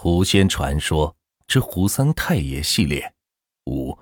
狐仙传说之胡三太爷系列5。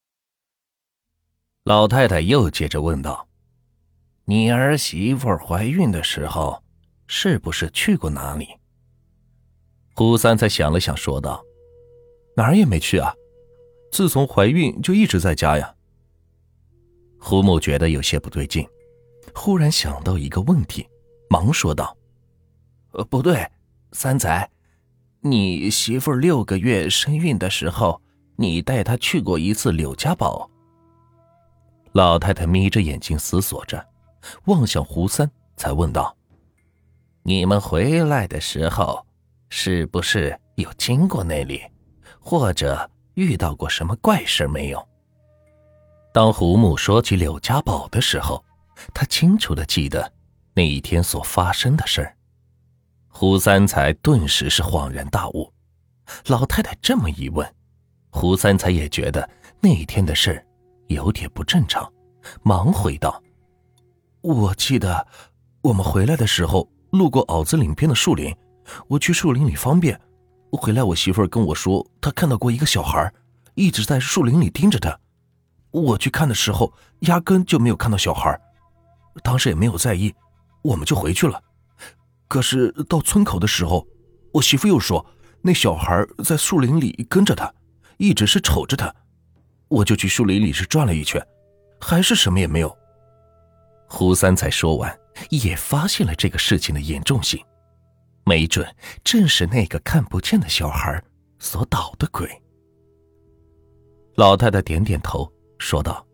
老太太又接着问道：你儿媳妇怀孕的时候是不是去过哪里？胡三才想了想说道：哪儿也没去啊，自从怀孕就一直在家呀。胡母觉得有些不对劲，忽然想到一个问题，忙说道：不对，三仔，你媳妇6个月身孕的时候，你带她去过一次柳家堡。老太太眯着眼睛思索着，望向胡三，才问道：你们回来的时候，是不是有经过那里，或者遇到过什么怪事没有？当胡母说起柳家堡的时候，她清楚地记得那一天所发生的事儿。胡三才顿时是恍然大悟，老太太这么一问，胡三才也觉得那一天的事有点不正常，忙回道：我记得我们回来的时候路过袄子岭边的树林，我去树林里方便，回来我媳妇跟我说她看到过一个小孩一直在树林里盯着她，我去看的时候压根就没有看到小孩，当时也没有在意，我们就回去了。可是到村口的时候，我媳妇又说那小孩在树林里跟着她，一直是瞅着她，我就去树林里是转了一圈，还是什么也没有。胡三才说完，也发现了这个事情的严重性，没准正是那个看不见的小孩所捣的鬼。老太太点点头说道：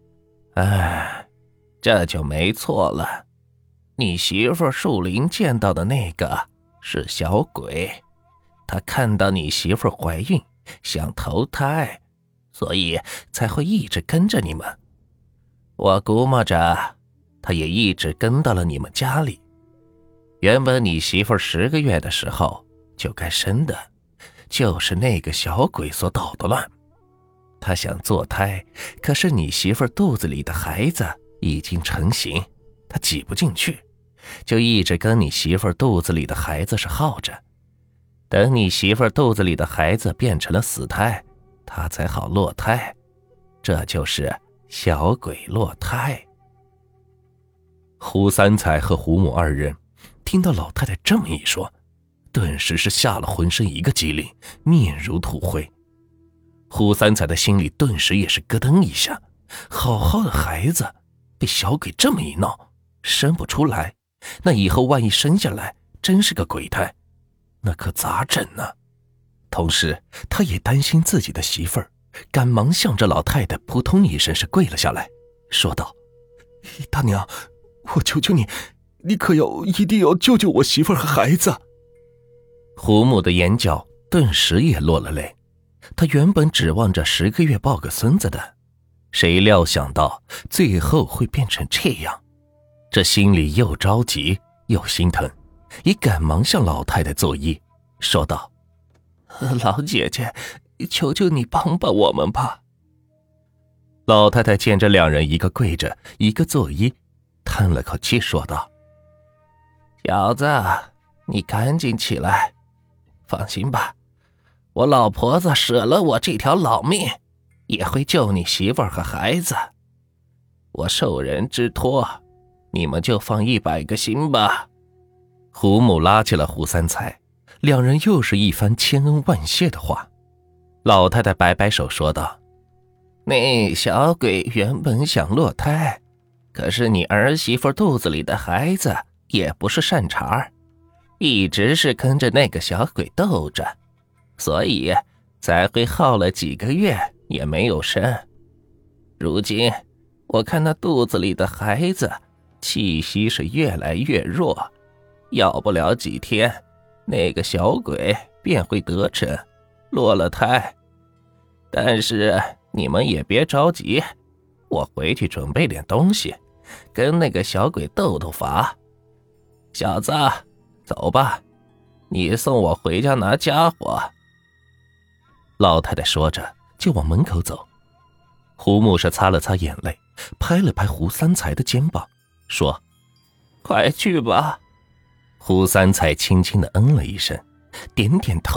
这就没错了，你媳妇树林见到的那个是小鬼，他看到你媳妇怀孕想投胎，所以才会一直跟着你们。我估摸着他也一直跟到了你们家里。原本你媳妇10个月的时候就该生的，就是那个小鬼所捣的乱。他想做胎，可是你媳妇肚子里的孩子已经成型，他挤不进去，就一直跟你媳妇肚子里的孩子是耗着，等你媳妇肚子里的孩子变成了死胎，他才好落胎，这就是小鬼落胎。胡三才和胡母二人听到老太太这么一说，顿时是吓了浑身一个激灵，面如土灰。胡三才的心里顿时也是咯噔一下，好好的孩子被小鬼这么一闹，生不出来，那以后万一生下来真是个鬼胎，那可咋整呢？同时他也担心自己的媳妇儿，赶忙向着老太太扑通一声是跪了下来，说道：大娘，我求求你，你可一定要救救我媳妇儿和孩子。胡母的眼角顿时也落了泪，她原本指望着10个月抱个孙子的，谁料想到最后会变成这样，这心里又着急又心疼，也赶忙向老太太作揖，说道：老姐姐，求求你帮帮我们吧。老太太见着两人一个跪着一个作揖，叹了口气说道：小子，你赶紧起来，放心吧，我老婆子舍了我这条老命，也会救你媳妇儿和孩子。我受人之托，你们就放100个心吧。胡母拉起了胡三才，两人又是一番千恩万谢的话。老太太摆摆手说道：那小鬼原本想落胎，可是你儿媳妇肚子里的孩子也不是善茬，一直是跟着那个小鬼斗着，所以才会耗了几个月也没有生。如今我看那肚子里的孩子气息是越来越弱，要不了几天，那个小鬼便会得逞，落了胎。但是你们也别着急，我回去准备点东西，跟那个小鬼斗斗法。小子，走吧，你送我回家拿家伙。老太太说着就往门口走。胡母是擦了擦眼泪，拍了拍胡三才的肩膀，说：快去吧。胡三才轻轻地嗯了一声，点点头，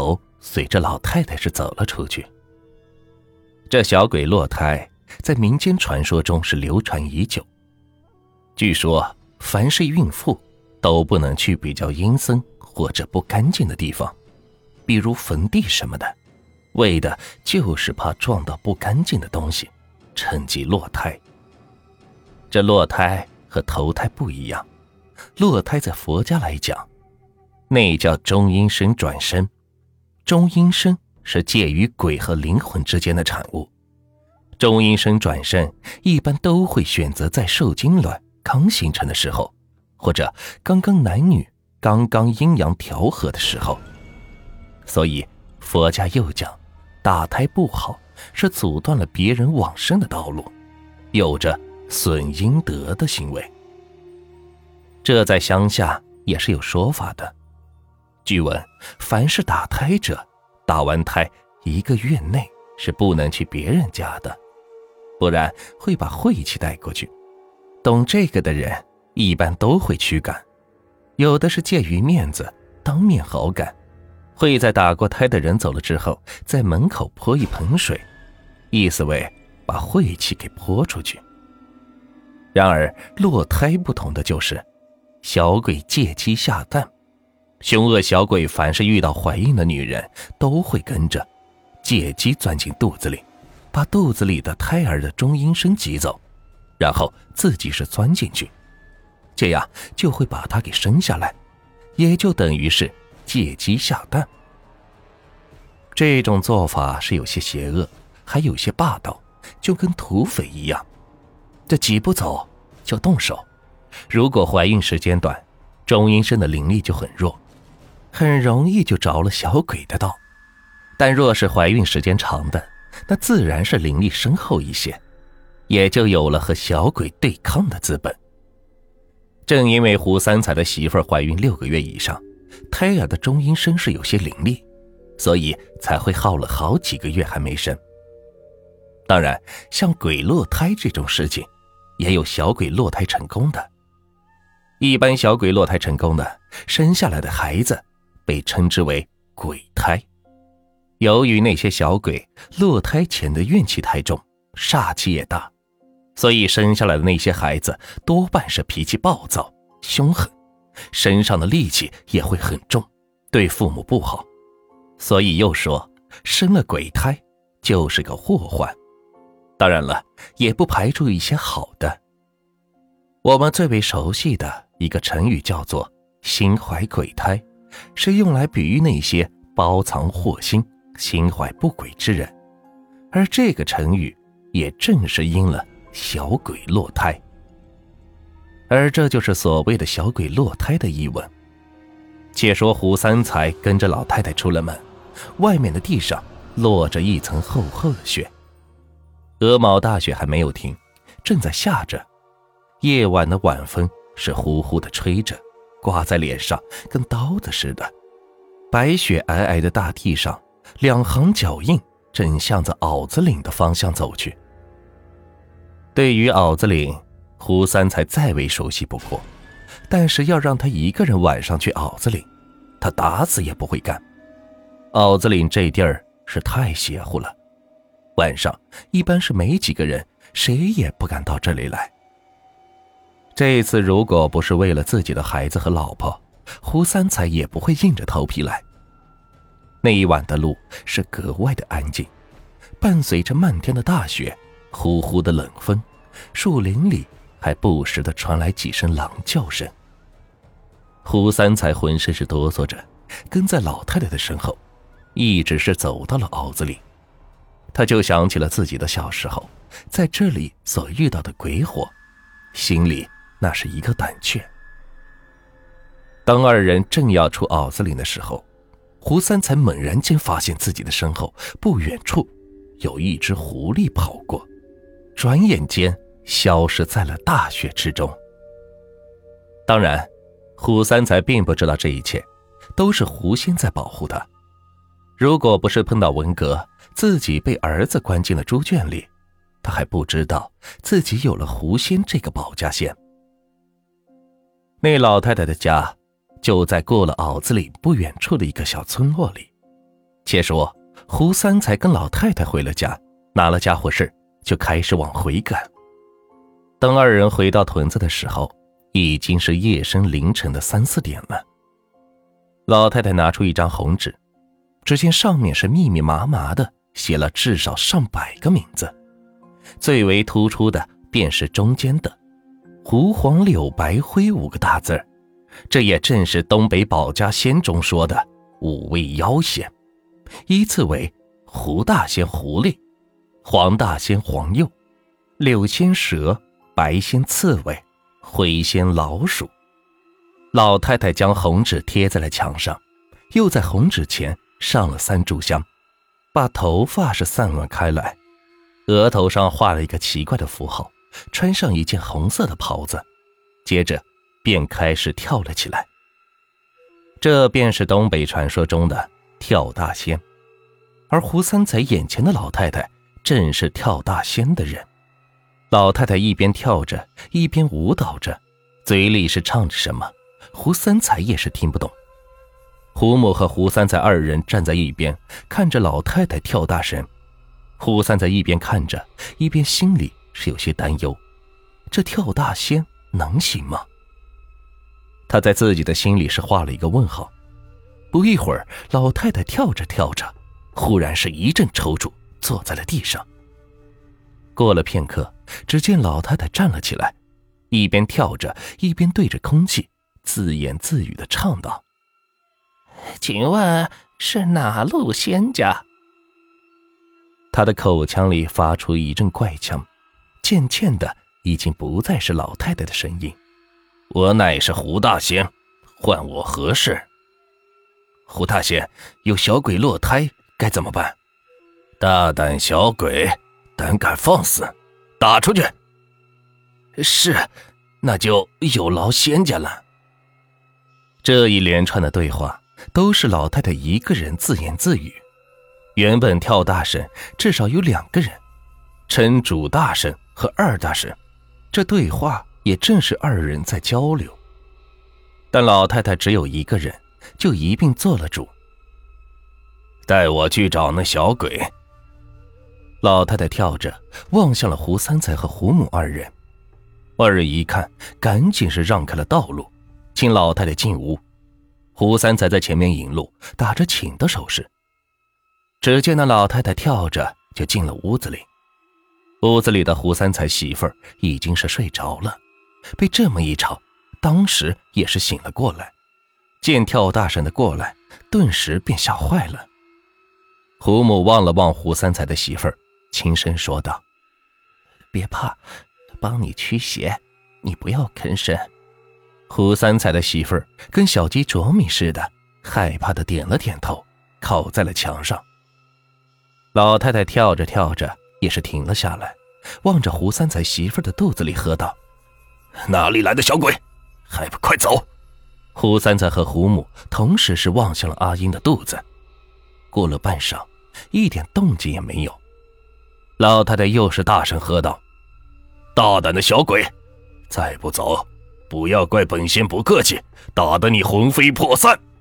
随着老太太是走了出去。这小鬼落胎在民间传说中是流传已久，据说凡是孕妇都不能去比较阴森或者不干净的地方，比如坟地什么的，为的就是怕撞到不干净的东西，趁机落胎。这落胎和投胎不一样，落胎在佛家来讲，那叫中阴身转身。中阴身是介于鬼和灵魂之间的产物，中阴身转身一般都会选择在受精卵刚形成的时候，或者刚刚男女刚刚阴阳调和的时候。所以佛家又讲，打胎不好是阻断了别人往生的道路，有着损阴德的行为。这在乡下也是有说法的。据闻凡是打胎者，打完胎1个月内是不能去别人家的，不然会把晦气带过去。懂这个的人一般都会驱赶，有的是介于面子当面好感，会在打过胎的人走了之后，在门口泼一盆水，意思为把晦气给泼出去。然而落胎不同的就是小鬼借机下蛋，凶恶小鬼凡是遇到怀孕的女人都会跟着借机钻进肚子里，把肚子里的胎儿的中阴身挤走，然后自己是钻进去，这样就会把它给生下来，也就等于是借机下蛋。这种做法是有些邪恶，还有些霸道，就跟土匪一样，这挤不走就动手。如果怀孕时间短，中阴身的灵力就很弱，很容易就着了小鬼的道。但若是怀孕时间长的，那自然是灵力深厚一些，也就有了和小鬼对抗的资本。正因为胡三才的媳妇儿怀孕6个月以上，胎儿的中阴身是有些灵力，所以才会耗了好几个月还没生。当然像鬼落胎这种事情，也有小鬼落胎成功的。一般小鬼落胎成功的，生下来的孩子被称之为鬼胎。由于那些小鬼落胎前的怨气太重，煞气也大，所以生下来的那些孩子多半是脾气暴躁凶狠，身上的戾气也会很重，对父母不好。所以又说生了鬼胎就是个祸患。当然了，也不排除一些好的。我们最为熟悉的一个成语叫做心怀鬼胎，是用来比喻那些包藏祸心、心怀不轨之人，而这个成语也正是因了小鬼落胎。而这就是所谓的小鬼落胎的译文。且说胡三才跟着老太太出了门，外面的地上落着一层厚厚的雪，鹅毛大雪还没有停，正在下着。夜晚的晚风是呼呼地吹着，刮在脸上跟刀子似的。白雪皑皑的大地上，2行脚印正向着袄子岭的方向走去。对于袄子岭，胡三才再为熟悉不过，但是要让他一个人晚上去袄子岭，他打死也不会干。袄子岭这地儿是太邪乎了，晚上一般是没几个人，谁也不敢到这里来。这次如果不是为了自己的孩子和老婆，胡三才也不会硬着头皮来。那一晚的路是格外的安静，伴随着漫天的大雪，呼呼的冷风，树林里还不时地传来几声狼叫声。胡三才浑身是哆嗦着，跟在老太太的身后，一直是走到了袄子里。他就想起了自己的小时候在这里所遇到的鬼火，心里那是一个胆怯。当二人正要出袄子岭的时候，胡三才猛然间发现自己的身后不远处有一只狐狸跑过，转眼间消失在了大雪之中。当然胡三才并不知道这一切都是狐仙在保护他，如果不是碰到文革，自己被儿子关进了猪圈里，他还不知道自己有了狐仙这个保家仙。那老太太的家就在过了袄子岭不远处的一个小村落里， 且说胡三才跟老太太回了家，拿了家伙事就开始往回赶。等二人回到屯子的时候，已经是夜深凌晨的3、4点了。老太太拿出一张红纸，只见上面是密密麻麻的写了至少上百个名字，最为突出的便是中间的胡黄柳白灰5个大字，这也正是东北保家仙中说的5位妖仙，依次为胡大仙狐狸、黄大仙黄鼬、柳仙蛇、白仙刺猬、灰仙老鼠。老太太将红纸贴在了墙上，又在红纸前上了3炷香，把头发是散乱开来，额头上画了一个奇怪的符号，穿上一件红色的袍子，接着便开始跳了起来。这便是东北传说中的跳大仙，而胡三才眼前的老太太正是跳大仙的人。老太太一边跳着一边舞蹈着，嘴里是唱着什么，胡三才也是听不懂。胡母和胡三才2人站在一边看着老太太跳大神，胡三才一边看着一边心里是有些担忧，这跳大仙能行吗？他在自己的心里是画了一个问号。不一会儿，老太太跳着跳着，忽然是一阵抽搐，坐在了地上。过了片刻，只见老太太站了起来，一边跳着一边对着空气自言自语地唱道：请问是哪路仙家？他的口腔里发出一阵怪腔，渐渐的已经不再是老太太的声音。我乃是胡大仙，唤我何事？胡大仙，有小鬼落胎该怎么办？大胆小鬼，胆敢放肆，打出去！是，那就有劳仙家了。这一连串的对话都是老太太一个人自言自语。原本跳大神至少有2个人，称主大神和二大神，这对话也正是2人在交流。但老太太只有1个人，就一并做了主。带我去找那小鬼。老太太跳着望向了胡三才和胡母2人，2人一看，赶紧是让开了道路，请老太太进屋。胡三才在前面引路，打着请的手势。只见那老太太跳着就进了屋子里。屋子里的胡三才媳妇儿已经是睡着了，被这么一吵，当时也是醒了过来，见跳大神的过来，顿时便吓坏了。胡母望了望胡三才的媳妇儿，轻声说道：别怕，帮你驱邪，你不要吭声。胡三才的媳妇儿跟小鸡啄米似的，害怕的点了点头，靠在了墙上。老太太跳着跳着也是停了下来，望着胡三才媳妇儿的肚子里喝道：哪里来的小鬼，还不快走！胡三才和胡母同时是望向了阿英的肚子。过了半晌，一点动静也没有。老太太又是大声喝道：大胆的小鬼，再不走，不要怪本仙不客气，打得你魂飞魄散！